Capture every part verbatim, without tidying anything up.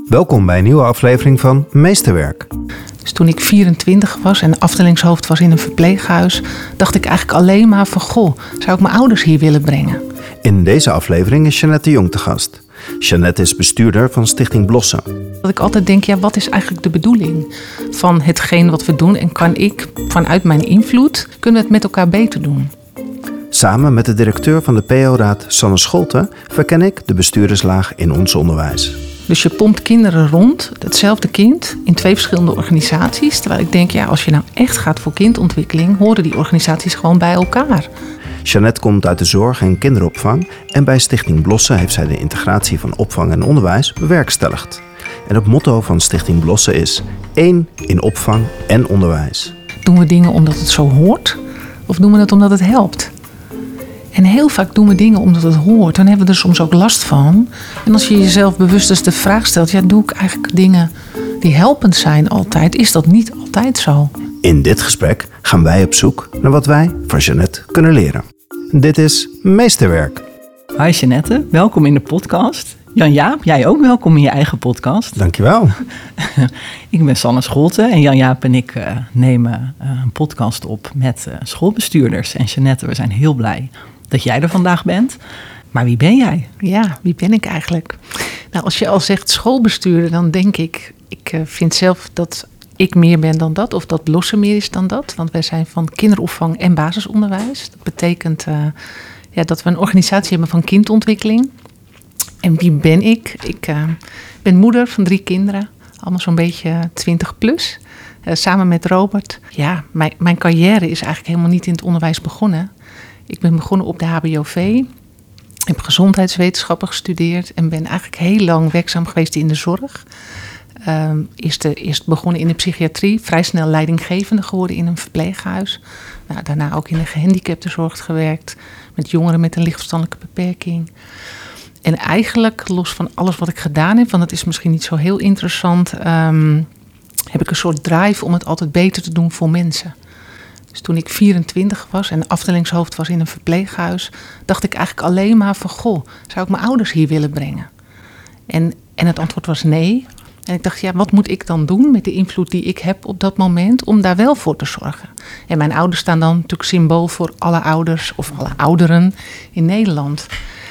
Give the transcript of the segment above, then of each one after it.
Welkom bij een nieuwe aflevering van Meesterwerk. Dus toen ik vierentwintig was en afdelingshoofd was in een verpleeghuis, dacht ik eigenlijk alleen maar van, goh, zou ik mijn ouders hier willen brengen? In deze aflevering is Jeannette de Jong te gast. Jeannette is bestuurder van Stichting Blossen. Dat ik altijd denk, ja, wat is eigenlijk de bedoeling van hetgeen wat we doen? En kan ik vanuit mijn invloed, kunnen we het met elkaar beter doen? Samen met de directeur van de P O-raad, Sanne Scholte, verken ik de bestuurderslaag in ons onderwijs. Dus je pompt kinderen rond, hetzelfde kind, in twee verschillende organisaties. Terwijl ik denk, ja, als je nou echt gaat voor kindontwikkeling, horen die organisaties gewoon bij elkaar. Jeannette komt uit de zorg en kinderopvang en bij Stichting Blossen heeft zij de integratie van opvang en onderwijs bewerkstelligd. En het motto van Stichting Blossen is één in opvang en onderwijs. Doen we dingen omdat het zo hoort of doen we het omdat het helpt? En heel vaak doen we dingen omdat het hoort. Dan hebben we er soms ook last van. En als je jezelf bewust eens de vraag stelt, ja, doe ik eigenlijk dingen die helpend zijn altijd? Is dat niet altijd zo? In dit gesprek gaan wij op zoek naar wat wij van Jeannette kunnen leren. Dit is Meesterwerk. Hi Jeannette, welkom in de podcast. Jan-Jaap, jij ook welkom in je eigen podcast. Dankjewel. Ik ben Sanne Scholte en Jan-Jaap en ik uh, nemen uh, een podcast op met uh, schoolbestuurders. En Jeannette, we zijn heel blij dat jij er vandaag bent. Maar wie ben jij? Ja, wie ben ik eigenlijk? Nou, als je al zegt schoolbestuurder, dan denk ik, ik uh, vind zelf dat ik meer ben dan dat, of dat Blossen meer is dan dat. Want wij zijn van kinderopvang en basisonderwijs. Dat betekent uh, ja, dat we een organisatie hebben van kindontwikkeling. En wie ben ik? Ik uh, ben moeder van drie kinderen, allemaal zo'n beetje twintig plus. Uh, samen met Robert. Ja, mijn, mijn carrière is eigenlijk helemaal niet in het onderwijs begonnen. Ik ben begonnen op de H B O V. Heb gezondheidswetenschappen gestudeerd en ben eigenlijk heel lang werkzaam geweest in de zorg. Um, eerst, de, eerst begonnen in de psychiatrie, vrij snel leidinggevende geworden in een verpleeghuis. Nou, daarna ook in de gehandicaptenzorg gewerkt, met jongeren met een lichtverstandelijke beperking. En eigenlijk, los van alles wat ik gedaan heb, want het is misschien niet zo heel interessant, um, heb ik een soort drive om het altijd beter te doen voor mensen. Dus toen ik vierentwintig was en afdelingshoofd was in een verpleeghuis, dacht ik eigenlijk alleen maar van, goh, zou ik mijn ouders hier willen brengen? En, en het antwoord was nee. En ik dacht, ja, wat moet ik dan doen met de invloed die ik heb op dat moment om daar wel voor te zorgen? En mijn ouders staan dan natuurlijk symbool voor alle ouders of alle ouderen in Nederland.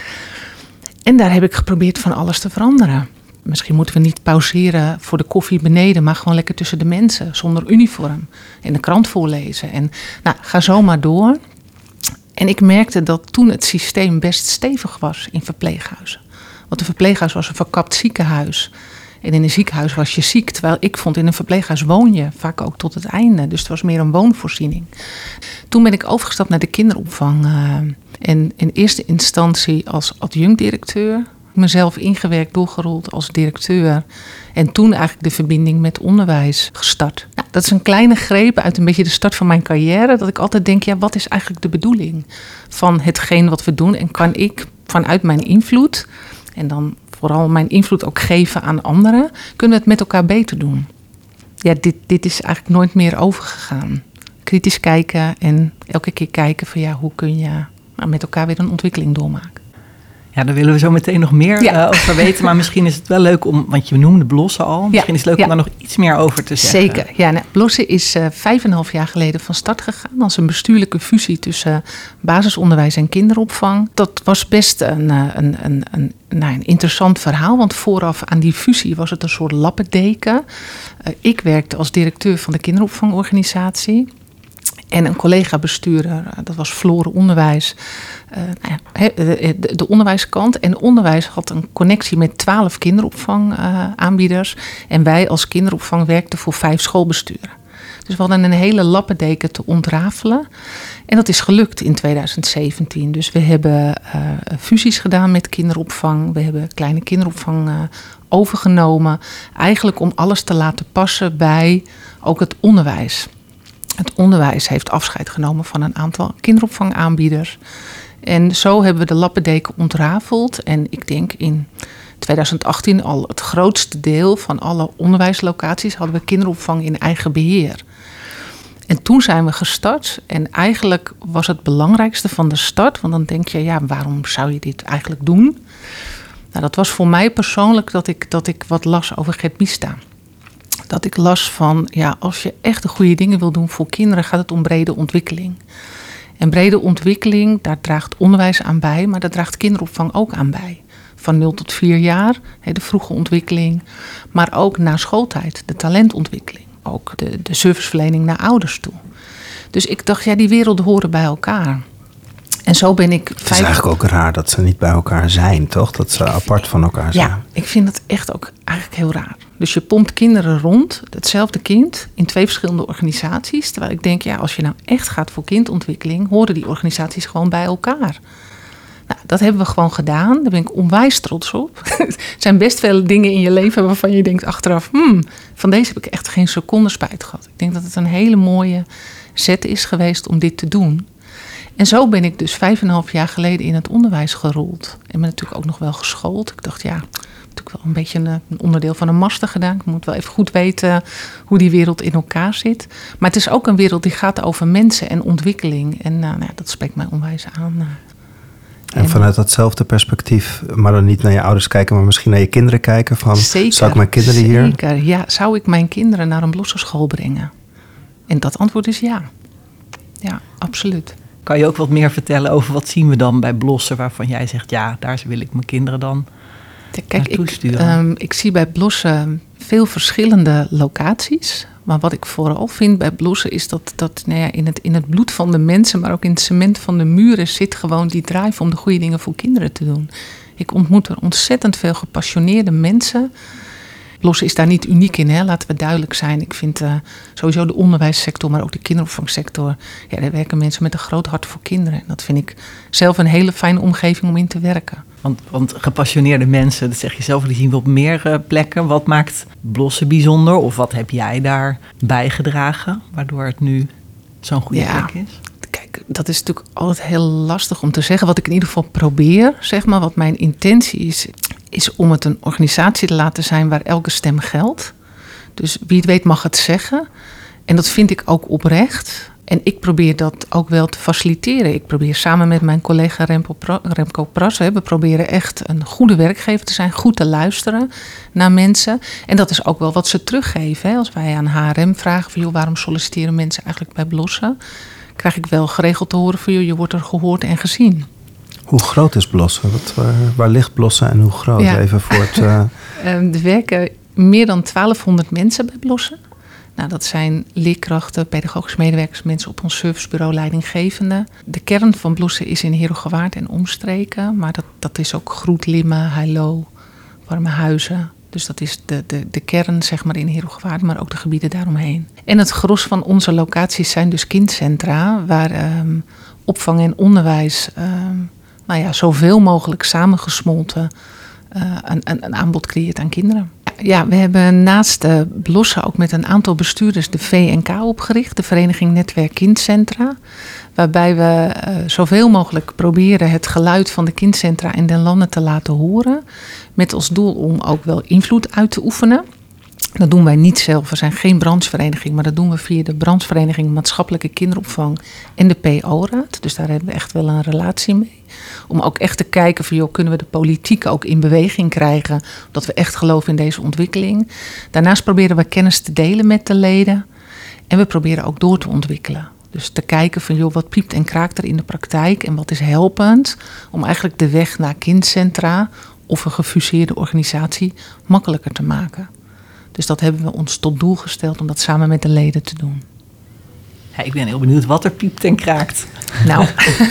En daar heb ik geprobeerd van alles te veranderen. Misschien moeten we niet pauzeren voor de koffie beneden, maar gewoon lekker tussen de mensen, zonder uniform. En de krant voorlezen. En nou, ga zo maar door. En ik merkte dat toen het systeem best stevig was in verpleeghuizen. Want een verpleeghuis was een verkapt ziekenhuis. En in een ziekenhuis was je ziek, terwijl ik vond in een verpleeghuis woon je vaak ook tot het einde. Dus het was meer een woonvoorziening. Toen ben ik overgestapt naar de kinderopvang. Uh, en in eerste instantie als adjunct-directeur. Mezelf ingewerkt, doorgerold als directeur. En toen eigenlijk de verbinding met onderwijs gestart. Nou, dat is een kleine greep uit een beetje de start van mijn carrière. Dat ik altijd denk, ja, wat is eigenlijk de bedoeling van hetgeen wat we doen? En kan ik vanuit mijn invloed, en dan vooral mijn invloed ook geven aan anderen, kunnen we het met elkaar beter doen? Ja, dit, dit is eigenlijk nooit meer overgegaan. Kritisch kijken en elke keer kijken van, ja, hoe kun je nou, met elkaar weer een ontwikkeling doormaken? Ja, daar willen we zo meteen nog meer ja. uh, over weten. Maar misschien is het wel leuk om, want je noemde Blossen al. Misschien ja. is het leuk ja. om daar nog iets meer over te zeggen. Zeker. Ja, nou, Blossen is uh, vijf en een half jaar geleden van start gegaan als een bestuurlijke fusie tussen uh, basisonderwijs en kinderopvang. Dat was best een, uh, een, een, een, nou, een interessant verhaal. Want vooraf aan die fusie was het een soort lappendeken. Uh, ik werkte als directeur van de kinderopvangorganisatie. En een collega-bestuurder, dat was Floren Onderwijs, uh, de, de, de onderwijskant. En onderwijs had een connectie met twaalf kinderopvangaanbieders. Uh, en wij als kinderopvang werkten voor vijf schoolbesturen. Dus we hadden een hele lappendeken te ontrafelen. En dat is gelukt in tweeduizend zeventien. Dus we hebben uh, fusies gedaan met kinderopvang. We hebben kleine kinderopvang uh, overgenomen. Eigenlijk om alles te laten passen bij ook het onderwijs. Het onderwijs heeft afscheid genomen van een aantal kinderopvangaanbieders. En zo hebben we de lappendeken ontrafeld. En ik denk in tweeduizend achttien al het grootste deel van alle onderwijslocaties hadden we kinderopvang in eigen beheer. En toen zijn we gestart. En eigenlijk was het belangrijkste van de start. Want dan denk je, ja, waarom zou je dit eigenlijk doen? Nou, dat was voor mij persoonlijk dat ik, dat ik wat las over Gert Biesta. Dat ik las van, ja, als je echt de goede dingen wil doen voor kinderen, gaat het om brede ontwikkeling. En brede ontwikkeling, daar draagt onderwijs aan bij, maar daar draagt kinderopvang ook aan bij. Van nul tot vier jaar, de vroege ontwikkeling, maar ook na schooltijd, de talentontwikkeling. Ook de, de serviceverlening naar ouders toe. Dus ik dacht, ja, die werelden horen bij elkaar. En zo ben ik... Het is eigenlijk ook raar dat ze niet bij elkaar zijn, toch? Dat ze apart van elkaar zijn. Ja, ik vind dat echt ook eigenlijk heel raar. Dus je pompt kinderen rond, hetzelfde kind, in twee verschillende organisaties. Terwijl ik denk, ja, als je nou echt gaat voor kindontwikkeling, horen die organisaties gewoon bij elkaar. Nou, dat hebben we gewoon gedaan. Daar ben ik onwijs trots op. Er zijn best veel dingen in je leven waarvan je denkt achteraf, hmm, van deze heb ik echt geen seconde spijt gehad. Ik denk dat het een hele mooie zet is geweest om dit te doen. En zo ben ik dus vijf en een half jaar geleden in het onderwijs gerold. En ben natuurlijk ook nog wel geschoold. Ik dacht, ja, ik heb natuurlijk wel een beetje een, een onderdeel van een master gedaan. Ik moet wel even goed weten hoe die wereld in elkaar zit. Maar het is ook een wereld die gaat over mensen en ontwikkeling. En uh, nou ja, dat spreekt mij onwijs aan. Uh. En vanuit datzelfde perspectief, maar dan niet naar je ouders kijken, maar misschien naar je kinderen kijken. Van, zeker, zou ik mijn kinderen hier... Zeker, ja. Zou ik mijn kinderen naar een blossenschool brengen? En dat antwoord is ja. Ja, absoluut. Kan je ook wat meer vertellen over wat zien we dan bij Blossen, waarvan jij zegt, ja, daar wil ik mijn kinderen dan Kijk, naartoe ik, sturen? Um, ik zie bij Blossen veel verschillende locaties. Maar wat ik vooral vind bij Blossen is dat, dat nou ja, in, het, in het bloed van de mensen, maar ook in het cement van de muren zit gewoon die drive om de goede dingen voor kinderen te doen. Ik ontmoet er ontzettend veel gepassioneerde mensen. Blossen is daar niet uniek in, hè? Laten we duidelijk zijn. Ik vind uh, sowieso de onderwijssector, maar ook de kinderopvangsector. Ja, daar werken mensen met een groot hart voor kinderen. En dat vind ik zelf een hele fijne omgeving om in te werken. Want, want gepassioneerde mensen, dat zeg je zelf, die zien we op meer uh, plekken. Wat maakt Blossen bijzonder? Of wat heb jij daar bijgedragen, waardoor het nu zo'n goede ja. plek is? Kijk, dat is natuurlijk altijd heel lastig om te zeggen. Wat ik in ieder geval probeer, zeg maar, wat mijn intentie is, is om het een organisatie te laten zijn waar elke stem geldt. Dus wie het weet mag het zeggen. En dat vind ik ook oprecht. En ik probeer dat ook wel te faciliteren. Ik probeer samen met mijn collega Remco, Remco Pras, we proberen echt een goede werkgever te zijn, goed te luisteren naar mensen. En dat is ook wel wat ze teruggeven. Hè. Als wij aan H R M vragen van, joh, waarom solliciteren mensen eigenlijk bij Blossen, krijg ik wel geregeld te horen van, joh, je wordt er gehoord en gezien. Hoe groot is Blossen? Wat, waar, waar ligt Blossen en hoe groot? Ja. Even voor het... Uh... er werken meer dan twaalfhonderd mensen bij Blossen. Nou, dat zijn leerkrachten, pedagogische medewerkers, mensen op ons servicebureau, leidinggevenden. De kern van Blossen is in Heerhugowaard en omstreken. Maar dat, dat is ook Groet-Limmen, Heilo, Warmehuizen. Dus dat is de, de, de kern, zeg maar, in Heerhugowaard, maar ook de gebieden daaromheen. En het gros van onze locaties zijn dus kindcentra, waar um, opvang en onderwijs um, nou ja, zoveel mogelijk samengesmolten uh, een, een, een aanbod creëert aan kinderen. Ja, we hebben naast de Blossen ook met een aantal bestuurders de V N K opgericht, de Vereniging Netwerk Kindcentra. Waarbij we uh, zoveel mogelijk proberen het geluid van de kindcentra in den landen te laten horen. Met als doel om ook wel invloed uit te oefenen. Dat doen wij niet zelf, we zijn geen branchevereniging, maar dat doen we via de branchevereniging Maatschappelijke Kinderopvang en de P O-raad. Dus daar hebben we echt wel een relatie mee. Om ook echt te kijken van, joh, kunnen we de politiek ook in beweging krijgen, omdat we echt geloven in deze ontwikkeling. Daarnaast proberen we kennis te delen met de leden en we proberen ook door te ontwikkelen. Dus te kijken van, joh, wat piept en kraakt er in de praktijk en wat is helpend om eigenlijk de weg naar kindcentra of een gefuseerde organisatie makkelijker te maken. Dus dat hebben we ons tot doel gesteld om dat samen met de leden te doen. Ja, ik ben heel benieuwd wat er piept en kraakt. Nou.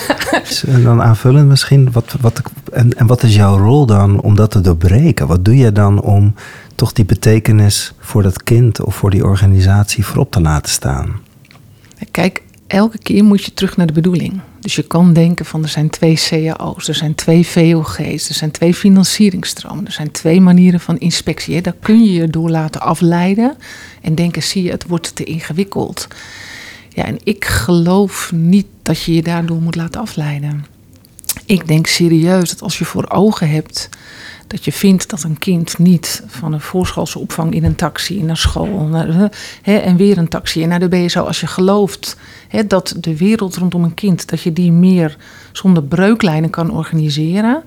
En dan aanvullend misschien, wat, wat, en, en wat is jouw rol dan om dat te doorbreken? Wat doe je dan om toch die betekenis voor dat kind of voor die organisatie voorop te laten staan? Kijk, elke keer moet je terug naar de bedoeling. Dus je kan denken van, er zijn twee C A O's, er zijn twee V O G's, er zijn twee financieringstromen, er zijn twee manieren van inspectie. Daar kun je je door laten afleiden en denken, zie je, het wordt te ingewikkeld. Ja, en ik geloof niet dat je je daardoor moet laten afleiden. Ik denk serieus dat als je voor ogen hebt dat je vindt dat een kind niet van een voorschoolse opvang in een taxi naar school naar, hè, en weer een taxi en naar de B S O. Als je gelooft hè, dat de wereld rondom een kind, dat je die meer zonder breuklijnen kan organiseren,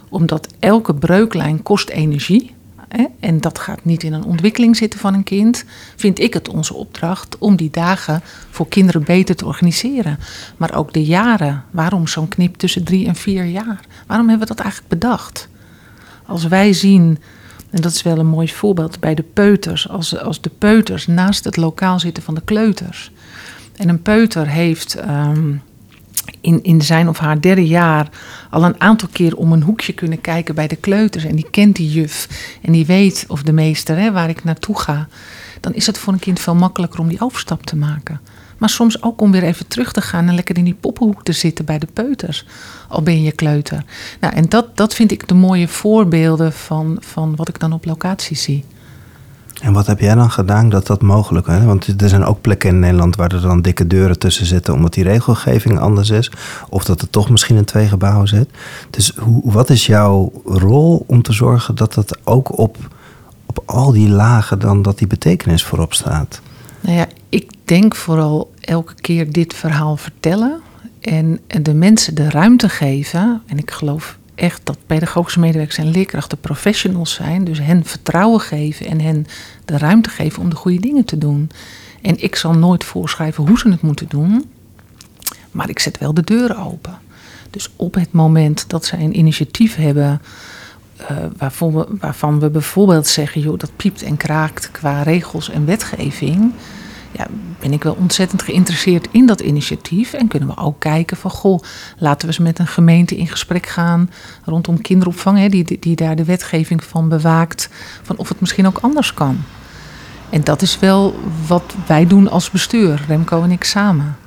Omdat elke breuklijn kost energie. Hè, en dat gaat niet in een ontwikkeling zitten van een kind. Vind ik het onze opdracht om die dagen voor kinderen beter te organiseren. Maar ook de jaren. Waarom zo'n knip tussen drie en vier jaar? Waarom hebben we dat eigenlijk bedacht? Als wij zien, en dat is wel een mooi voorbeeld bij de peuters. Als, als de peuters naast het lokaal zitten van de kleuters. En een peuter heeft um, in, in zijn of haar derde jaar al een aantal keer om een hoekje kunnen kijken bij de kleuters. En die kent die juf en die weet, of de meester, hè, waar ik naartoe ga. Dan is het voor een kind veel makkelijker om die overstap te maken. Maar soms ook om weer even terug te gaan en lekker in die poppenhoek te zitten bij de peuters. Al ben je kleuter. Nou, en dat, dat vind ik de mooie voorbeelden van, van wat ik dan op locatie zie. En wat heb jij dan gedaan dat dat mogelijk is? Want er zijn ook plekken in Nederland waar er dan dikke deuren tussen zitten, omdat die regelgeving anders is. Of dat er toch misschien in twee gebouwen zit. Dus hoe, wat is jouw rol om te zorgen dat dat ook op, op al die lagen dan dat die betekenis voorop staat? Nou ja, ik denk vooral elke keer dit verhaal vertellen. En de mensen de ruimte geven. En ik geloof echt dat pedagogische medewerkers en leerkrachten professionals zijn. Dus hen vertrouwen geven en hen de ruimte geven om de goede dingen te doen. En ik zal nooit voorschrijven hoe ze het moeten doen. Maar ik zet wel de deuren open. Dus op het moment dat zij een initiatief hebben, Uh, waarvan, we, waarvan we bijvoorbeeld zeggen, joh, dat piept en kraakt qua regels en wetgeving. Ja, ben ik wel ontzettend geïnteresseerd in dat initiatief. En kunnen we ook kijken van, goh, laten we eens met een gemeente in gesprek gaan rondom kinderopvang, hè, die, die, die daar de wetgeving van bewaakt, van of het misschien ook anders kan. En dat is wel wat wij doen als bestuur, Remco en ik samen.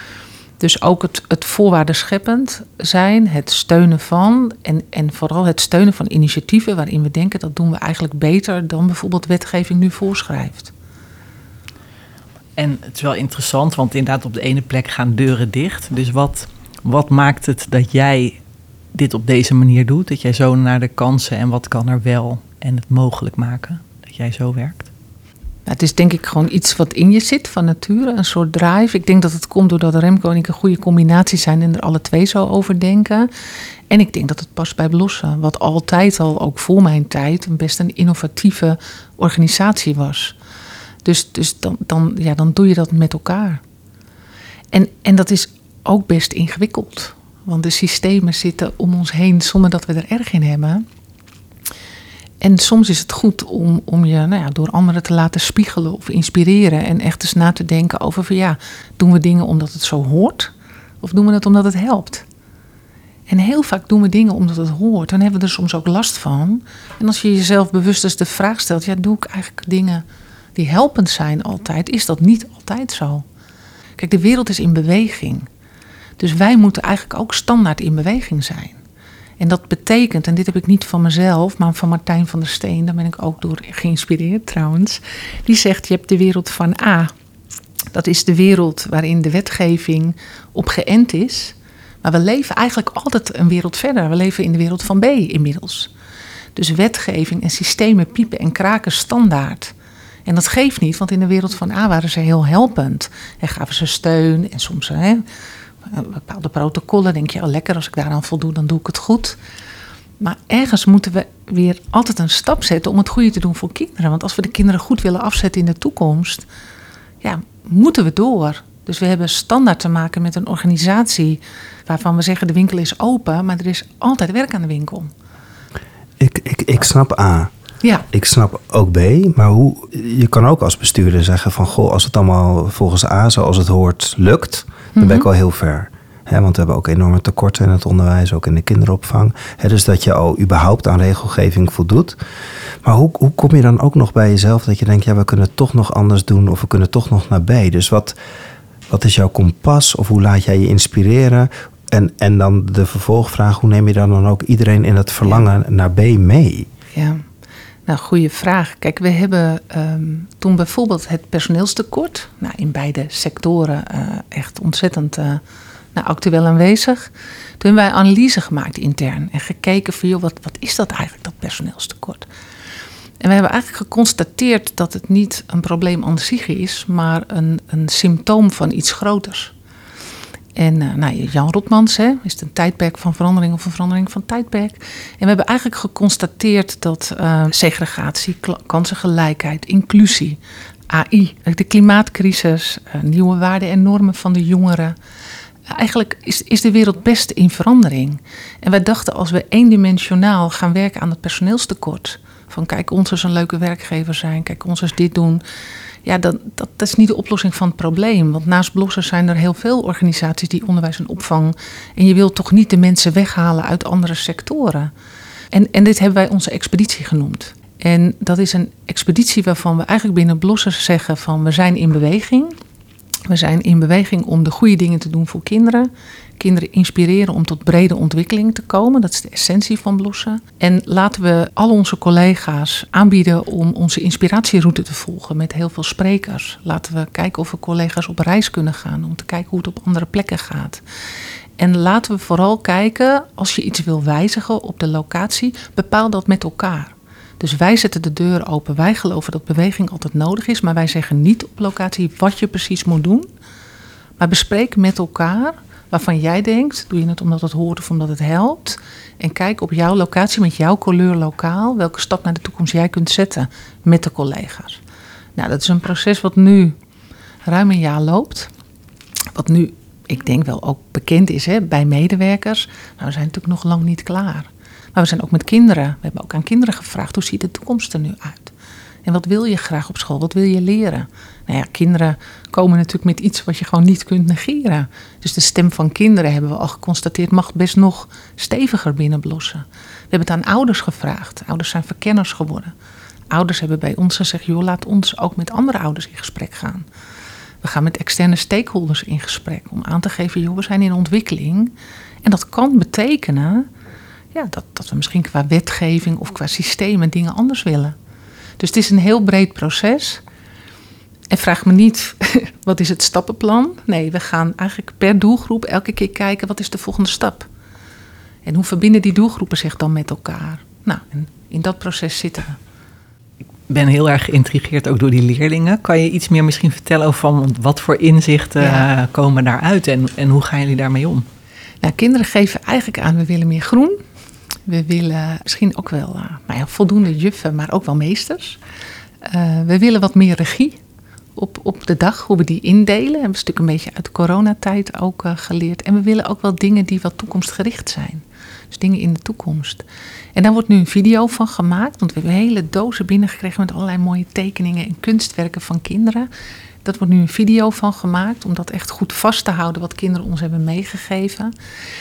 Dus ook het, het voorwaarden scheppend zijn, het steunen van en, en vooral het steunen van initiatieven waarin we denken dat doen we eigenlijk beter dan bijvoorbeeld wetgeving nu voorschrijft. En het is wel interessant, want inderdaad op de ene plek gaan deuren dicht. Dus wat, wat maakt het dat jij dit op deze manier doet? Dat jij zo naar de kansen en wat kan er wel en het mogelijk maken? Dat jij zo werkt? Nou, het is denk ik gewoon iets wat in je zit van nature, een soort drive. Ik denk dat het komt doordat Remco en ik een goede combinatie zijn en er alle twee zo over denken. En ik denk dat het past bij Blossen, wat altijd al, ook voor mijn tijd, een best een innovatieve organisatie was. Dus, dus dan, dan, ja, dan doe je dat met elkaar. En, en dat is ook best ingewikkeld. Want de systemen zitten om ons heen zonder dat we er erg in hebben. En soms is het goed om, om je nou ja, door anderen te laten spiegelen of inspireren. En echt eens na te denken over van ja, doen we dingen omdat het zo hoort? Of doen we het omdat het helpt? En heel vaak doen we dingen omdat het hoort. Dan hebben we er soms ook last van. En als je jezelf bewust eens de vraag stelt, ja, doe ik eigenlijk dingen die helpend zijn altijd? Is dat niet altijd zo? Kijk, de wereld is in beweging. Dus wij moeten eigenlijk ook standaard in beweging zijn. En dat betekent, en dit heb ik niet van mezelf, maar van Martijn van der Steen, daar ben ik ook door geïnspireerd trouwens. Die zegt, je hebt de wereld van A. Dat is de wereld waarin de wetgeving op geënt is. Maar we leven eigenlijk altijd een wereld verder. We leven in de wereld van B inmiddels. Dus wetgeving en systemen piepen en kraken standaard. En dat geeft niet, want in de wereld van A waren ze heel helpend. En gaven ze steun en soms hè, bepaalde protocollen. Denk je, oh, lekker, als ik daaraan voldoe, dan doe ik het goed. Maar ergens moeten we weer altijd een stap zetten om het goede te doen voor kinderen. Want als we de kinderen goed willen afzetten in de toekomst, ja, moeten we door. Dus we hebben standaard te maken met een organisatie waarvan we zeggen de winkel is open, maar er is altijd werk aan de winkel. Ik, ik, ik snap A. Ja. Ik snap ook B, maar hoe, je kan ook als bestuurder zeggen van goh, als het allemaal volgens A zoals het hoort lukt, dan mm-hmm. ben ik al heel ver. He, want we hebben ook enorme tekorten in het onderwijs, ook in de kinderopvang. He, dus dat je al überhaupt aan regelgeving voldoet. Maar hoe, hoe kom je dan ook nog bij jezelf dat je denkt, ja, we kunnen het toch nog anders doen of we kunnen toch nog naar B. Dus wat, wat is jouw kompas of hoe laat jij je inspireren? En, en dan de vervolgvraag, hoe neem je dan, dan ook iedereen in het verlangen ja. naar B mee? Ja. Nou, goede vraag. Kijk, we hebben um, toen bijvoorbeeld het personeelstekort, nou, in beide sectoren uh, echt ontzettend uh, nou, actueel aanwezig. Toen hebben wij analyse gemaakt intern en gekeken van, joh, wat, wat is dat eigenlijk, dat personeelstekort? En we hebben eigenlijk geconstateerd dat het niet een probleem aan zich is, maar een, een symptoom van iets groters. En uh, nou, Jan Rotmans, hè, is het een tijdperk van verandering of een verandering van tijdperk? En we hebben eigenlijk geconstateerd dat uh, segregatie, kla- kansengelijkheid, inclusie, A I, de klimaatcrisis, uh, nieuwe waarden en normen van de jongeren. Uh, eigenlijk is, is de wereld best in verandering. En wij dachten, als we eendimensionaal gaan werken aan het personeelstekort, van kijk, ons eens een leuke werkgever zijn, kijk, ons eens dit doen. Ja, dat, dat, dat is niet de oplossing van het probleem. Want naast Blossen zijn er heel veel organisaties die onderwijs en opvang. En je wilt toch niet de mensen weghalen uit andere sectoren. En, en dit hebben wij onze expeditie genoemd. En dat is een expeditie waarvan we eigenlijk binnen Blossen zeggen van we zijn in beweging. We zijn in beweging om de goede dingen te doen voor kinderen. Kinderen inspireren om tot brede ontwikkeling te komen. Dat is de essentie van Blossen. En laten we al onze collega's aanbieden om onze inspiratieroute te volgen met heel veel sprekers. Laten we kijken of we collega's op reis kunnen gaan om te kijken hoe het op andere plekken gaat. En laten we vooral kijken, als je iets wil wijzigen op de locatie, bepaal dat met elkaar. Dus wij zetten de deur open. Wij geloven dat beweging altijd nodig is. Maar wij zeggen niet op locatie wat je precies moet doen. Maar bespreek met elkaar waarvan jij denkt, doe je het omdat het hoort of omdat het helpt. En kijk op jouw locatie met jouw couleur lokaal welke stap naar de toekomst jij kunt zetten met de collega's. Nou, dat is een proces wat nu ruim een jaar loopt. Wat nu, ik denk wel ook bekend is hè, bij medewerkers. Nou, we zijn natuurlijk nog lang niet klaar. Maar we zijn ook met kinderen. We hebben ook aan kinderen gevraagd, hoe ziet de toekomst er nu uit? En wat wil je graag op school? Wat wil je leren? Nou ja, kinderen komen natuurlijk met iets wat je gewoon niet kunt negeren. Dus de stem van kinderen, hebben we al geconstateerd, mag best nog steviger binnen Blossen. We hebben het aan ouders gevraagd. Ouders zijn verkenners geworden. Ouders hebben bij ons gezegd, joh, laat ons ook met andere ouders in gesprek gaan. We gaan met externe stakeholders in gesprek om aan te geven, joh, we zijn in ontwikkeling. En dat kan betekenen ja, dat, dat we misschien qua wetgeving of qua systemen dingen anders willen. Dus het is een heel breed proces. En vraag me niet, wat is het stappenplan? Nee, we gaan eigenlijk per doelgroep elke keer kijken, wat is de volgende stap? En hoe verbinden die doelgroepen zich dan met elkaar? Nou, en in dat proces zitten we. Ik ben heel erg geïntrigeerd ook door die leerlingen. Kan je iets meer misschien vertellen over van wat voor inzichten ja. komen daaruit en, en hoe gaan jullie daarmee om? Nou, kinderen geven eigenlijk aan, we willen meer groen. We willen misschien ook wel uh, nou ja, voldoende juffen, maar ook wel meesters. Uh, we willen wat meer regie op, op de dag, hoe we die indelen. We hebben een stuk een beetje uit de coronatijd ook uh, geleerd. En we willen ook wel dingen die wat toekomstgericht zijn. Dus dingen in de toekomst. En daar wordt nu een video van gemaakt. Want we hebben hele dozen binnengekregen met allerlei mooie tekeningen en kunstwerken van kinderen. Dat wordt nu een video van gemaakt om dat echt goed vast te houden wat kinderen ons hebben meegegeven.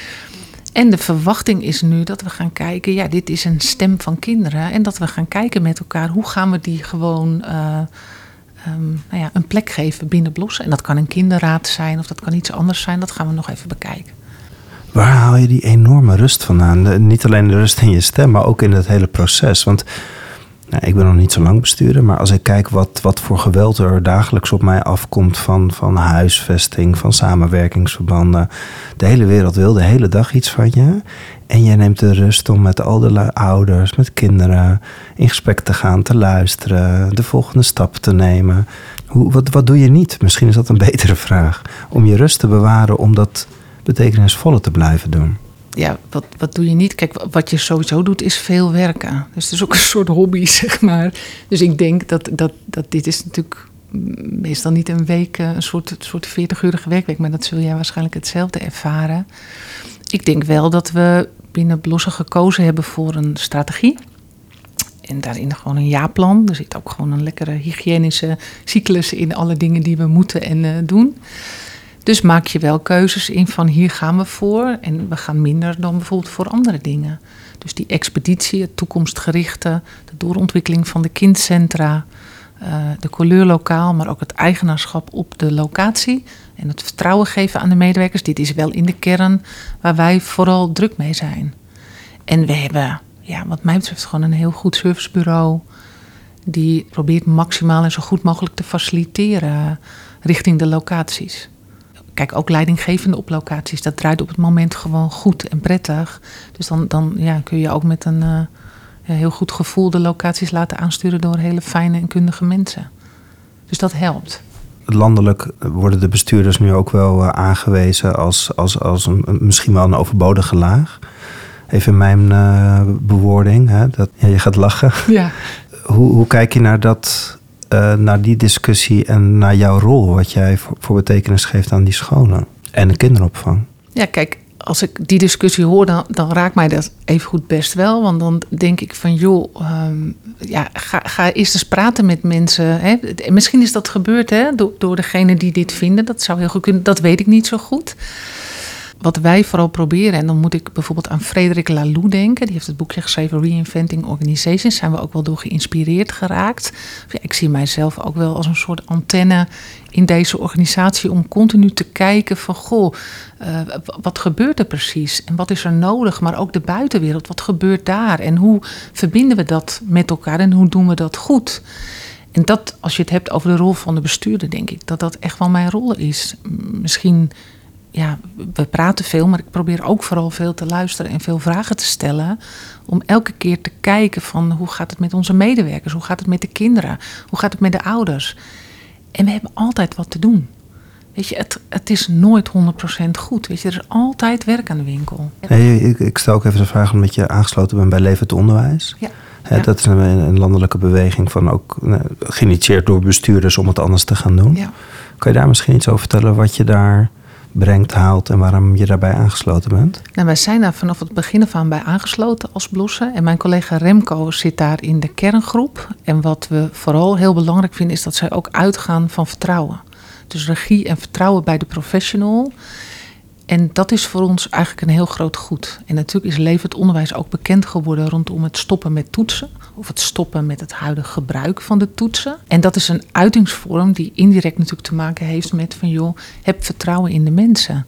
En de verwachting is nu dat we gaan kijken, ja, dit is een stem van kinderen. En dat we gaan kijken met elkaar, hoe gaan we die gewoon uh, um, nou ja, een plek geven binnen Blossen. En dat kan een kinderraad zijn of dat kan iets anders zijn. Dat gaan we nog even bekijken. Waar haal je die enorme rust vandaan? De, niet alleen de rust in je stem, maar ook in het hele proces. Want nou, ik ben nog niet zo lang bestuurder, maar als ik kijk wat, wat voor geweld er dagelijks op mij afkomt van, van huisvesting, van samenwerkingsverbanden. De hele wereld wil de hele dag iets van je. En jij neemt de rust om met al de ouders, met kinderen in gesprek te gaan, te luisteren, de volgende stap te nemen. Hoe, wat, wat doe je niet? Misschien is dat een betere vraag. Om je rust te bewaren, om dat betekenisvolle te blijven doen. Ja, wat, wat doe je niet? Kijk, wat je sowieso doet is veel werken. Dus het is ook een soort hobby, zeg maar. Dus ik denk dat, dat, dat dit is natuurlijk meestal niet een week, een soort, soort veertig-urige werkweek. Maar dat zul jij waarschijnlijk hetzelfde ervaren. Ik denk wel dat we binnen Blossen gekozen hebben voor een strategie. En daarin gewoon een jaarplan. Er zit ook gewoon een lekkere hygiënische cyclus in alle dingen die we moeten en uh, doen. Dus maak je wel keuzes in van hier gaan we voor. En we gaan minder dan bijvoorbeeld voor andere dingen. Dus die expeditie, het toekomstgerichte, de doorontwikkeling van de kindcentra, uh, de couleur lokaal, maar ook het eigenaarschap op de locatie. En het vertrouwen geven aan de medewerkers. Dit is wel in de kern waar wij vooral druk mee zijn. En we hebben, ja, wat mij betreft, gewoon een heel goed servicebureau die probeert maximaal en zo goed mogelijk te faciliteren richting de locaties. Kijk, ook leidinggevende op locaties, dat draait op het moment gewoon goed en prettig. Dus dan, dan ja, kun je ook met een uh, heel goed gevoel de locaties laten aansturen door hele fijne en kundige mensen. Dus dat helpt. landelijk worden de bestuurders nu ook wel uh, aangewezen als, als, als een, misschien wel een overbodige laag. Even in mijn uh, bewoording, hè, dat, ja, je gaat lachen. Ja. Hoe, hoe kijk je naar, dat, uh, naar die discussie en naar jouw rol, wat jij voor, voor betekenis geeft aan die scholen en de kinderopvang? Ja, kijk, als ik die discussie hoor, dan, dan raakt mij dat evengoed best wel. Want dan denk ik van, joh, um, ja, ga, ga eerst eens praten met mensen. Hè. Misschien is dat gebeurd hè, door, door degene die dit vinden. Dat zou heel goed kunnen, dat weet ik niet zo goed. Wat wij vooral proberen, en dan moet ik bijvoorbeeld aan Frédéric Laloux denken. Die heeft het boekje geschreven Reinventing Organizations. Zijn we ook wel door geïnspireerd geraakt. Ja, ik zie mijzelf ook wel als een soort antenne in deze organisatie om continu te kijken van, goh, uh, wat gebeurt er precies? En wat is er nodig? Maar ook de buitenwereld, wat gebeurt daar? En hoe verbinden we dat met elkaar en hoe doen we dat goed? En dat, als je het hebt over de rol van de bestuurder, denk ik dat dat echt wel mijn rol is. Misschien... Ja, we praten veel, maar ik probeer ook vooral veel te luisteren en veel vragen te stellen. Om elke keer te kijken van hoe gaat het met onze medewerkers? Hoe gaat het met de kinderen? Hoe gaat het met de ouders? En we hebben altijd wat te doen. Weet je, het, het is nooit honderd procent goed. Weet je, er is altijd werk aan de winkel. Nee, ik, ik stel ook even de vraag omdat je aangesloten bent bij Levend Onderwijs. Ja. He, Ja. Dat is een, een landelijke beweging van ook nou, geïnitieerd door bestuurders om het anders te gaan doen. Ja. Kan je daar misschien iets over vertellen wat je daar brengt, haalt en waarom je daarbij aangesloten bent? Nou, wij zijn daar vanaf het begin af aan bij aangesloten als Blossen. En mijn collega Remco zit daar in de kerngroep. En wat we vooral heel belangrijk vinden is dat zij ook uitgaan van vertrouwen. Dus regie en vertrouwen bij de professional. En dat is voor ons eigenlijk een heel groot goed. En natuurlijk is Levend Onderwijs ook bekend geworden rondom het stoppen met toetsen. Of het stoppen met het huidige gebruik van de toetsen. En dat is een uitingsvorm die indirect natuurlijk te maken heeft met van joh, heb vertrouwen in de mensen.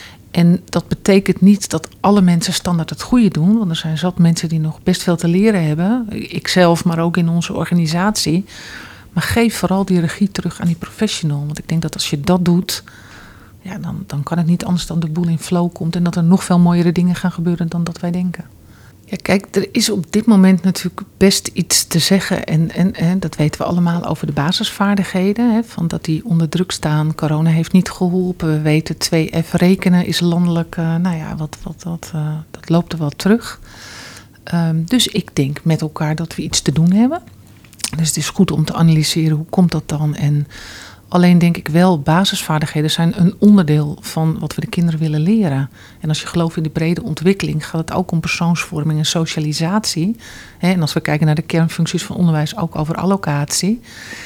En dat betekent niet dat alle mensen standaard het goede doen. Want er zijn zat mensen die nog best veel te leren hebben. Ikzelf, maar ook in onze organisatie. Maar geef vooral die regie terug aan die professional. Want ik denk dat als je dat doet, ja, dan, dan kan het niet anders dan de boel in flow komt. En dat er nog veel mooiere dingen gaan gebeuren dan dat wij denken. Ja, kijk, er is op dit moment natuurlijk best iets te zeggen. En, en, en dat weten we allemaal over de basisvaardigheden. Hè, van dat die onder druk staan. Corona heeft niet geholpen. We weten twee F rekenen is landelijk. Uh, nou ja, wat, wat, wat, uh, dat loopt er wel terug. Um, dus ik denk met elkaar dat we iets te doen hebben. Dus het is goed om te analyseren hoe komt dat dan. En alleen denk ik wel, basisvaardigheden zijn een onderdeel van wat we de kinderen willen leren. En als je gelooft in de brede ontwikkeling, gaat het ook om persoonsvorming en socialisatie. En als we kijken naar de kernfuncties van onderwijs, ook over allocatie.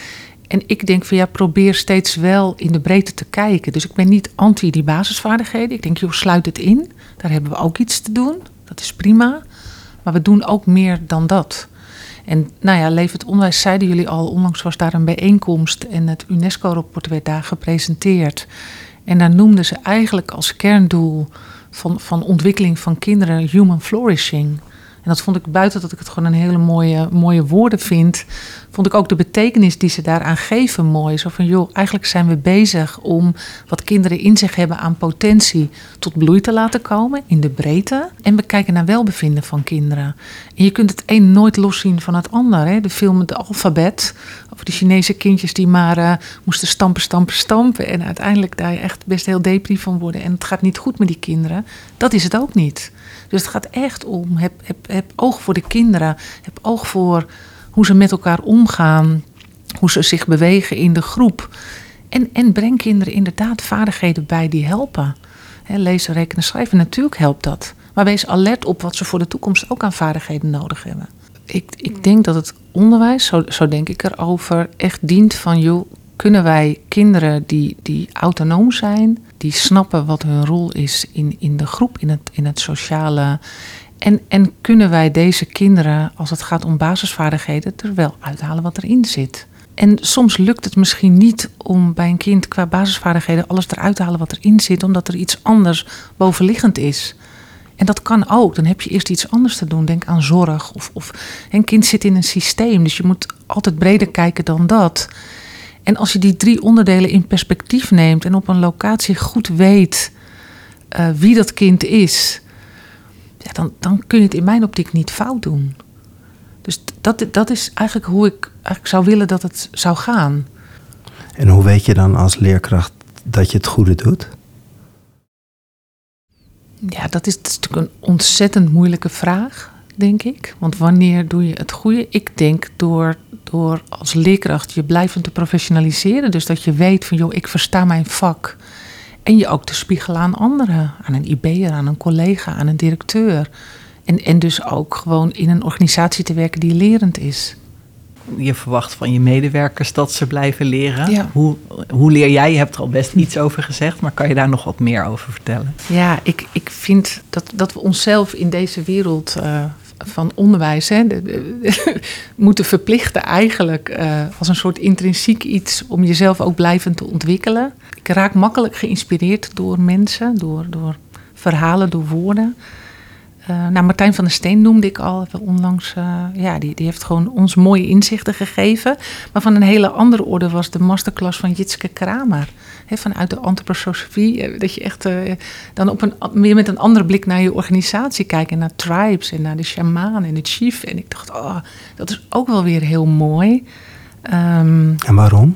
En ik denk van ja, probeer steeds wel in de breedte te kijken. Dus ik ben niet anti die basisvaardigheden. Ik denk, joh, sluit het in. Daar hebben we ook iets te doen. Dat is prima. Maar we doen ook meer dan dat. En nou ja, Levend Onderwijs zeiden jullie al, onlangs was daar een bijeenkomst en het UNESCO-rapport werd daar gepresenteerd. En daar noemden ze eigenlijk als kerndoel van, van ontwikkeling van kinderen human flourishing. En dat vond ik, buiten dat ik het gewoon een hele mooie, mooie woorden vind, vond ik ook de betekenis die ze daaraan geven mooi. Zo van, joh, eigenlijk zijn we bezig om wat kinderen in zich hebben aan potentie tot bloei te laten komen in de breedte. En we kijken naar welbevinden van kinderen. En je kunt het een nooit loszien van het ander. Hè? De film Het Alfabet, over de Chinese kindjes die maar uh, moesten stampen, stampen, stampen. En uiteindelijk daar echt best heel depri van worden. En het gaat niet goed met die kinderen. Dat is het ook niet. Dus het gaat echt om, heb, heb, heb oog voor de kinderen. Heb oog voor hoe ze met elkaar omgaan. Hoe ze zich bewegen in de groep. En, en breng kinderen inderdaad vaardigheden bij die helpen. He, lezen, rekenen, schrijven, natuurlijk helpt dat. Maar wees alert op wat ze voor de toekomst ook aan vaardigheden nodig hebben. Ik, ik denk dat het onderwijs, zo, zo denk ik erover, echt dient van, joh, kunnen wij kinderen die, die autonoom zijn, die snappen wat hun rol is in, in de groep, in het, in het sociale. En, en kunnen wij deze kinderen, als het gaat om basisvaardigheden, er wel uithalen wat erin zit. En soms lukt het misschien niet om bij een kind qua basisvaardigheden alles eruit te halen wat erin zit, omdat er iets anders bovenliggend is. En dat kan ook. Dan heb je eerst iets anders te doen. Denk aan zorg. Of, of een kind zit in een systeem. Dus je moet altijd breder kijken dan dat. En als je die drie onderdelen in perspectief neemt en op een locatie goed weet uh, wie dat kind is, ja, dan, dan kun je het in mijn optiek niet fout doen. Dus dat, dat is eigenlijk hoe ik eigenlijk zou willen dat het zou gaan. En hoe weet je dan als leerkracht dat je het goede doet? Ja, dat is, dat is natuurlijk een ontzettend moeilijke vraag, denk ik. Want wanneer doe je het goede? Ik denk door, door als leerkracht je blijvend te professionaliseren. Dus dat je weet van, joh, ik versta mijn vak. En je ook te spiegelen aan anderen. Aan een I B'er, aan een collega, aan een directeur. En, en dus ook gewoon in een organisatie te werken die lerend is. Je verwacht van je medewerkers dat ze blijven leren. Ja. Hoe, hoe leer jij? Je hebt er al best iets over gezegd, maar kan je daar nog wat meer over vertellen? Ja, ik, ik vind dat, dat we onszelf in deze wereld uh, van onderwijs hè, de, de, moeten verplichten eigenlijk uh, als een soort intrinsiek iets om jezelf ook blijvend te ontwikkelen. Ik raak makkelijk geïnspireerd door mensen, door, door verhalen, door woorden. Uh, nou, Martijn van der Steen noemde ik al onlangs. Uh, ja, die, die heeft gewoon ons mooie inzichten gegeven. Maar van een hele andere orde was de masterclass van Jitske Kramer. He, vanuit de antroposofie. Dat je echt uh, dan op een, meer met een andere blik naar je organisatie kijkt. En naar tribes en naar de shaman en de chief. En ik dacht, oh, dat is ook wel weer heel mooi. Um, en waarom?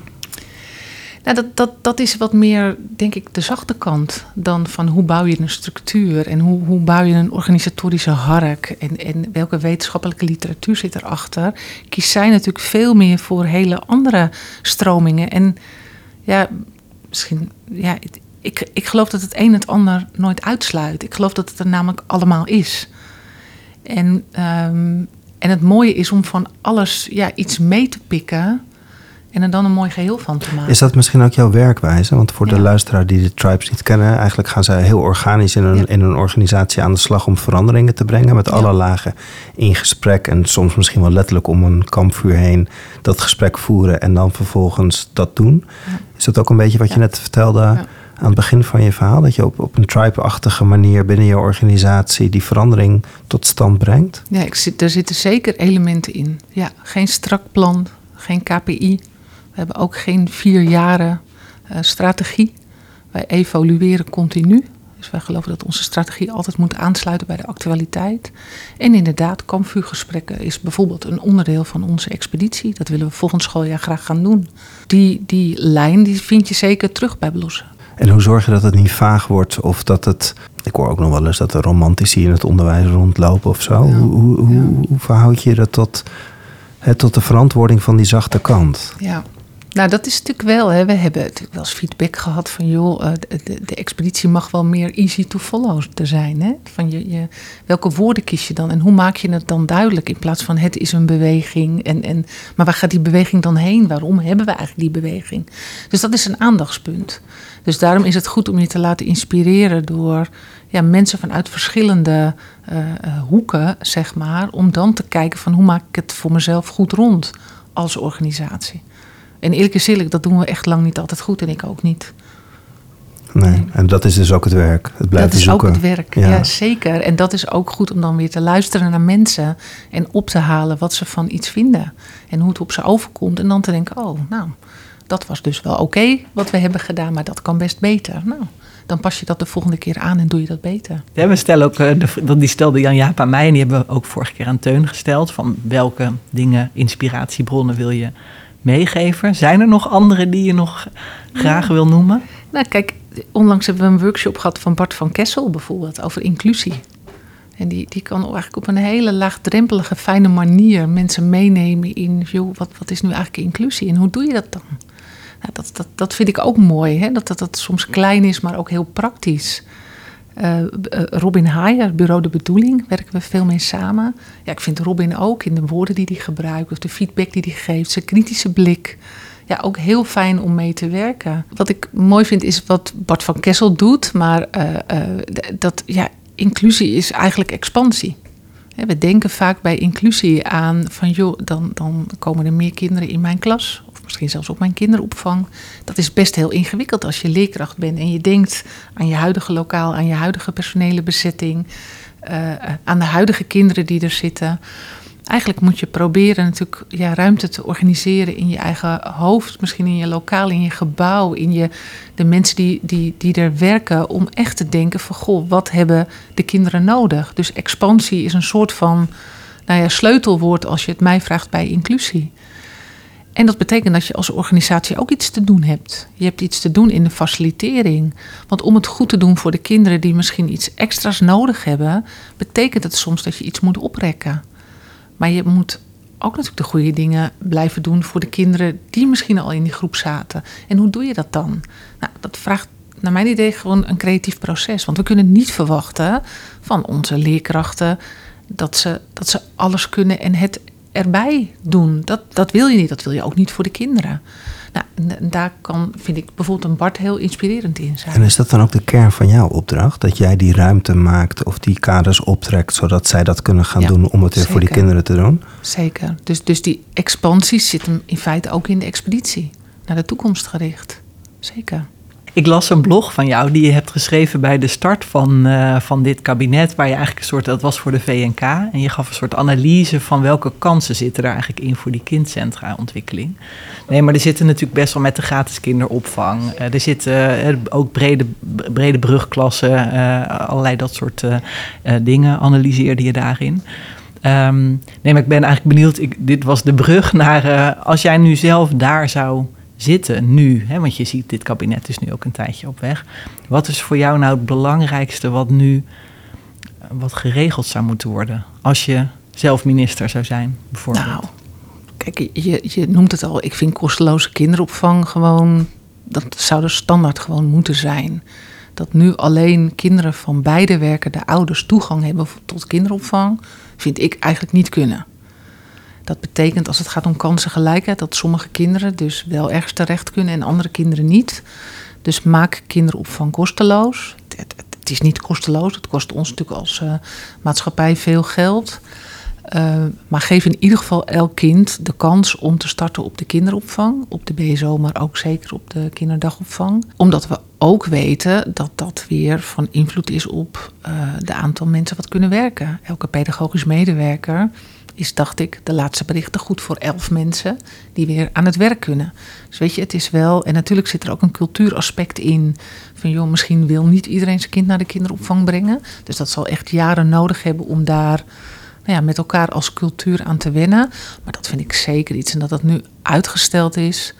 Nou, dat, dat, dat is wat meer, denk ik, de zachte kant dan van hoe bouw je een structuur en hoe, hoe bouw je een organisatorische hark en, en welke wetenschappelijke literatuur zit erachter. Kiest zij natuurlijk veel meer voor hele andere stromingen. En ja, misschien, ja, ik, ik geloof dat het een het ander nooit uitsluit. Ik geloof dat het er namelijk allemaal is. En, um, en het mooie is om van alles ja, iets mee te pikken en er dan een mooi geheel van te maken. Is dat misschien ook jouw werkwijze? Want voor ja. de luisteraar die de tribes niet kennen, eigenlijk gaan zij heel organisch in een, ja. in een organisatie aan de slag om veranderingen te brengen. Met ja. alle lagen in gesprek en soms misschien wel letterlijk om een kampvuur heen dat gesprek voeren en dan vervolgens dat doen. Ja. Is dat ook een beetje wat ja. je net vertelde ja. aan het begin van je verhaal? Dat je op, op een tribe-achtige manier binnen je organisatie die verandering tot stand brengt? Ja, ik zit, er zitten zeker elementen in. Ja, geen strak plan, geen K P I. We hebben ook geen vier jaren uh, strategie. Wij evolueren continu. Dus wij geloven dat onze strategie altijd moet aansluiten bij de actualiteit. En inderdaad, kampvuurgesprekken is bijvoorbeeld een onderdeel van onze expeditie. Dat willen we volgend schooljaar graag gaan doen. Die, die lijn die vind je zeker terug bij Blossen. En hoe zorg je dat het niet vaag wordt of dat het... Ik hoor ook nog wel eens dat er romantici in het onderwijs rondlopen of zo. Ja, hoe, hoe, ja. hoe, hoe verhoud je dat tot, hè, tot de verantwoording van die zachte kant? Ja. Nou, dat is natuurlijk wel. Hè. We hebben natuurlijk wel eens feedback gehad van, joh, de, de, de expeditie mag wel meer easy to follow te zijn. Hè? Van je, je, welke woorden kies je dan en hoe maak je het dan duidelijk in plaats van het is een beweging. En, en, maar waar gaat die beweging dan heen? Waarom hebben we eigenlijk die beweging? Dus dat is een aandachtspunt. Dus daarom is het goed om je te laten inspireren door ja, mensen vanuit verschillende uh, uh, hoeken, zeg maar, om dan te kijken van hoe maak ik het voor mezelf goed rond als organisatie. En eerlijk is eerlijk, dat doen we echt lang niet altijd goed en ik ook niet. Nee, en dat is dus ook het werk. Het blijven dat is zoeken. ook het werk, ja. ja zeker. En dat is ook goed om dan weer te luisteren naar mensen en op te halen wat ze van iets vinden. En hoe het op ze overkomt en dan te denken, oh, nou, dat was dus wel oké okay, wat we hebben gedaan, maar dat kan best beter. Nou, dan pas je dat de volgende keer aan en doe je dat beter. Ja, we stellen ook, de, die stelde Jan-Jaap aan mij en die hebben we ook vorige keer aan Teun gesteld. Van welke dingen, inspiratiebronnen wil je meegeven? Zijn er nog andere die je nog graag wil noemen? Nou, kijk, onlangs hebben we een workshop gehad van Bart van Kessel bijvoorbeeld over inclusie. En die, die kan eigenlijk op een hele laagdrempelige, fijne manier mensen meenemen in, joh, wat, wat is nu eigenlijk inclusie en hoe doe je dat dan? Nou, dat, dat, dat vind ik ook mooi, hè? Dat, dat dat soms klein is, maar ook heel praktisch. Uh, uh, Robin Haier, Bureau de Bedoeling, werken we veel mee samen. Ja, ik vind Robin ook in de woorden die hij gebruikt, of de feedback die hij geeft, zijn kritische blik. Ja, ook heel fijn om mee te werken. Wat ik mooi vind is wat Bart van Kessel doet, maar uh, uh, dat, ja, inclusie is eigenlijk expansie. We denken vaak bij inclusie aan van, joh, dan, dan komen er meer kinderen in mijn klas. Of misschien zelfs op mijn kinderopvang. Dat is best heel ingewikkeld als je leerkracht bent. En je denkt aan je huidige lokaal, aan je huidige personele bezetting. Uh, aan de huidige kinderen die er zitten. Eigenlijk moet je proberen natuurlijk ja, ruimte te organiseren in je eigen hoofd. Misschien in je lokaal, in je gebouw. In je, de mensen die, die, die er werken. Om echt te denken van, goh, wat hebben de kinderen nodig? Dus expansie is een soort van nou ja, sleutelwoord als je het mij vraagt bij inclusie. En dat betekent dat je als organisatie ook iets te doen hebt. Je hebt iets te doen in de facilitering. Want om het goed te doen voor de kinderen die misschien iets extra's nodig hebben, betekent het soms dat je iets moet oprekken. Maar je moet ook natuurlijk de goede dingen blijven doen voor de kinderen die misschien al in die groep zaten. En hoe doe je dat dan? Nou, dat vraagt naar mijn idee gewoon een creatief proces. Want we kunnen niet verwachten van onze leerkrachten dat ze, dat ze alles kunnen en het erbij doen. Dat, dat wil je niet. Dat wil je ook niet voor de kinderen. Nou, en daar kan, vind ik, bijvoorbeeld een Bart heel inspirerend in zijn. En is dat dan ook de kern van jouw opdracht? Dat jij die ruimte maakt of die kaders optrekt, zodat zij dat kunnen gaan ja, doen om het weer zeker. Voor die kinderen te doen? Zeker. Dus, dus die expansie zit hem in feite ook in de expeditie. Naar de toekomst gericht. Zeker. Ik las een blog van jou die je hebt geschreven bij de start van, uh, van dit kabinet, waar je eigenlijk een soort, dat was voor de V N K, en je gaf een soort analyse van welke kansen zitten er eigenlijk in voor die kindcentra-ontwikkeling. Nee, maar er zitten natuurlijk best wel met de gratis kinderopvang. Uh, er zitten uh, ook brede, brede brugklassen, uh, allerlei dat soort uh, uh, dingen analyseerde je daarin. Um, nee, maar ik ben eigenlijk benieuwd, ik, dit was de brug naar, uh, als jij nu zelf daar zou zitten nu, hè, want je ziet dit kabinet is nu ook een tijdje op weg. Wat is voor jou nou het belangrijkste wat nu wat geregeld zou moeten worden als je zelf minister zou zijn, bijvoorbeeld? Nou, kijk, je, je noemt het al, ik vind kosteloze kinderopvang gewoon, dat zou de standaard gewoon moeten zijn. Dat nu alleen kinderen van beide werkende ouders toegang hebben tot kinderopvang, vind ik eigenlijk niet kunnen. Dat betekent, als het gaat om kansengelijkheid, dat sommige kinderen dus wel ergens terecht kunnen en andere kinderen niet. Dus maak kinderopvang kosteloos. Het, het, het is niet kosteloos, het kost ons natuurlijk als uh, maatschappij veel geld. Uh, maar geef in ieder geval elk kind de kans om te starten op de kinderopvang, op de B S O, maar ook zeker op de kinderdagopvang. Omdat we ook weten dat dat weer van invloed is op uh, de aantal mensen wat kunnen werken. Elke pedagogisch medewerker is, dacht ik, de laatste berichten goed voor elf mensen die weer aan het werk kunnen. Dus weet je, het is wel, en natuurlijk zit er ook een cultuuraspect in, van joh, misschien wil niet iedereen zijn kind naar de kinderopvang brengen. Dus dat zal echt jaren nodig hebben om daar nou ja, met elkaar als cultuur aan te wennen. Maar dat vind ik zeker iets. En dat dat nu uitgesteld is,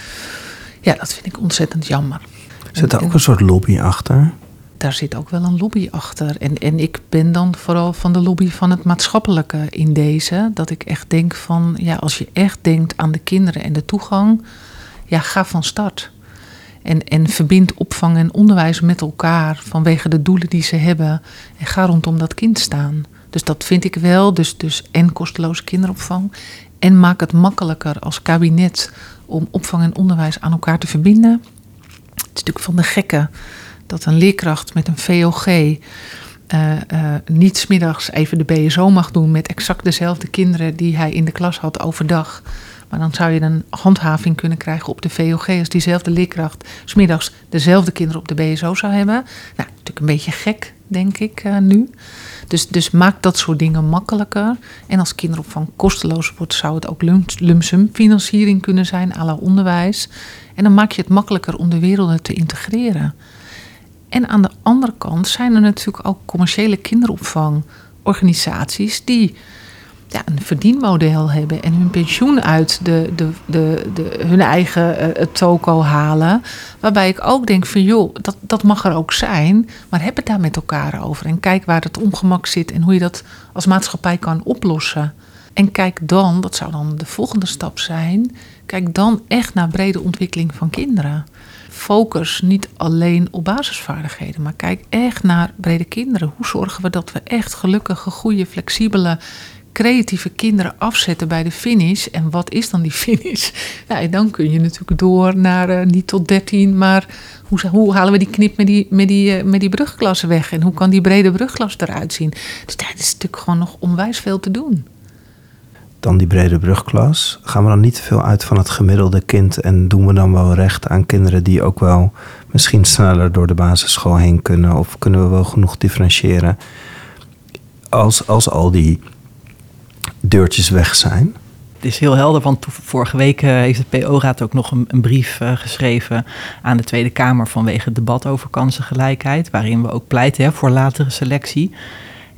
ja, dat vind ik ontzettend jammer. Zit er ook een soort lobby achter? Daar zit ook wel een lobby achter. En, en ik ben dan vooral van de lobby van het maatschappelijke in deze. Dat ik echt denk van, ja, als je echt denkt aan de kinderen en de toegang, ja, ga van start. En, en verbind opvang en onderwijs met elkaar vanwege de doelen die ze hebben. En ga rondom dat kind staan. Dus dat vind ik wel. Dus, dus en kosteloze kinderopvang. En maak het makkelijker als kabinet om opvang en onderwijs aan elkaar te verbinden. Het is natuurlijk van de gekken dat een leerkracht met een V O G uh, uh, niet 's middags even de B S O mag doen met exact dezelfde kinderen die hij in de klas had overdag. Maar dan zou je een handhaving kunnen krijgen op de V O G als diezelfde leerkracht 's middags dezelfde kinderen op de B S O zou hebben. Nou, natuurlijk een beetje gek, denk ik uh, nu. Dus, dus maak dat soort dingen makkelijker. En als kinderopvang kosteloos wordt, zou het ook lump sum financiering kunnen zijn, à la onderwijs. En dan maak je het makkelijker om de werelden te integreren. En aan de andere kant zijn er natuurlijk ook commerciële kinderopvangorganisaties die ja, een verdienmodel hebben en hun pensioen uit de, de, de, de, hun eigen uh, toko halen. Waarbij ik ook denk van joh, dat, dat mag er ook zijn, maar heb het daar met elkaar over. En kijk waar het ongemak zit en hoe je dat als maatschappij kan oplossen. En kijk dan, dat zou dan de volgende stap zijn, kijk dan echt naar brede ontwikkeling van kinderen. Focus niet alleen op basisvaardigheden, maar kijk echt naar brede kinderen. Hoe zorgen we dat we echt gelukkige, goede, flexibele, creatieve kinderen afzetten bij de finish? En wat is dan die finish? Nou, dan kun je natuurlijk door naar uh, niet tot dertien, maar hoe, hoe halen we die knip met die, met, die, uh, met die brugklassen weg? En hoe kan die brede brugklas eruit zien? Dus daar is natuurlijk gewoon nog onwijs veel te doen. Dan die brede brugklas. Gaan we dan niet te veel uit van het gemiddelde kind en doen we dan wel recht aan kinderen die ook wel misschien sneller door de basisschool heen kunnen? Of kunnen we wel genoeg differentiëren als, als al die deurtjes weg zijn? Het is heel helder, want vorige week uh, heeft de P O-raad ook nog een, een brief uh, geschreven aan de Tweede Kamer vanwege het debat over kansengelijkheid, waarin we ook pleiten hè, voor latere selectie.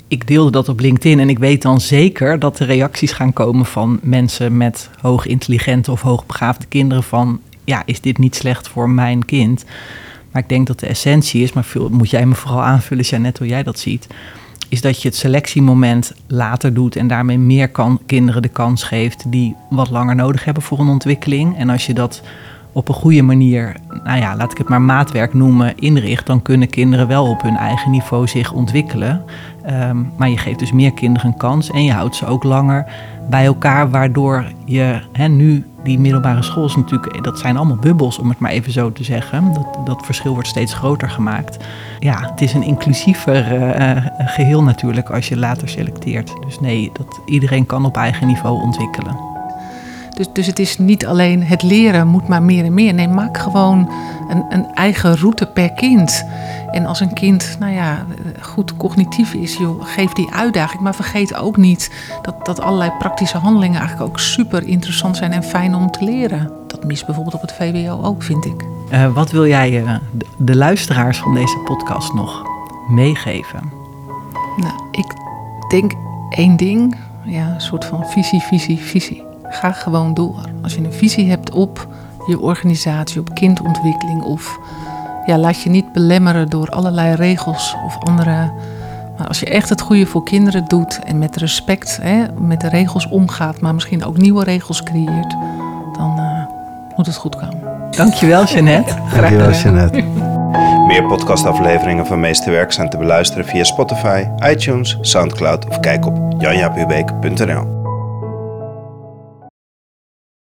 ik deelde dat op LinkedIn en ik weet dan zeker dat er reacties gaan komen van mensen met hoog intelligente of hoogbegaafde kinderen van, ja, is dit niet slecht voor mijn kind? Maar ik denk dat de essentie is, maar veel, moet jij me vooral aanvullen, Jeannette, hoe jij dat ziet, is dat je het selectiemoment later doet en daarmee meer kan, kinderen de kans geeft die wat langer nodig hebben voor een ontwikkeling. En als je dat op een goede manier, nou ja, laat ik het maar maatwerk noemen, inricht, dan kunnen kinderen wel op hun eigen niveau zich ontwikkelen. Um, maar je geeft dus meer kinderen een kans en je houdt ze ook langer bij elkaar, waardoor je hè, nu die middelbare school is natuurlijk, dat zijn allemaal bubbels, om het maar even zo te zeggen. Dat, dat verschil wordt steeds groter gemaakt. Ja, het is een inclusiever uh, geheel natuurlijk als je later selecteert. Dus nee, dat iedereen kan op eigen niveau ontwikkelen. Dus, dus het is niet alleen het leren moet maar meer en meer. Nee, maak gewoon een, een eigen route per kind. En als een kind, nou ja, goed cognitief is, joh, geef die uitdaging. Maar vergeet ook niet dat, dat allerlei praktische handelingen eigenlijk ook super interessant zijn en fijn om te leren. Dat mist bijvoorbeeld op het V W O ook, vind ik. Uh, wat wil jij uh, de, de luisteraars van deze podcast nog meegeven? Nou, ik denk één ding. Ja, een soort van visie, visie, visie. Ga gewoon door. Als je een visie hebt op je organisatie, op kindontwikkeling of ja, laat je niet belemmeren door allerlei regels of andere. Maar als je echt het goede voor kinderen doet en met respect hè, met de regels omgaat, maar misschien ook nieuwe regels creëert, dan uh, moet het goed komen. Dankjewel, Jeannette. Dankjewel, Jeannette. Meer podcastafleveringen van Meesterwerk zijn te beluisteren via Spotify, iTunes, Soundcloud of kijk op jan jaap hubeek punt n l.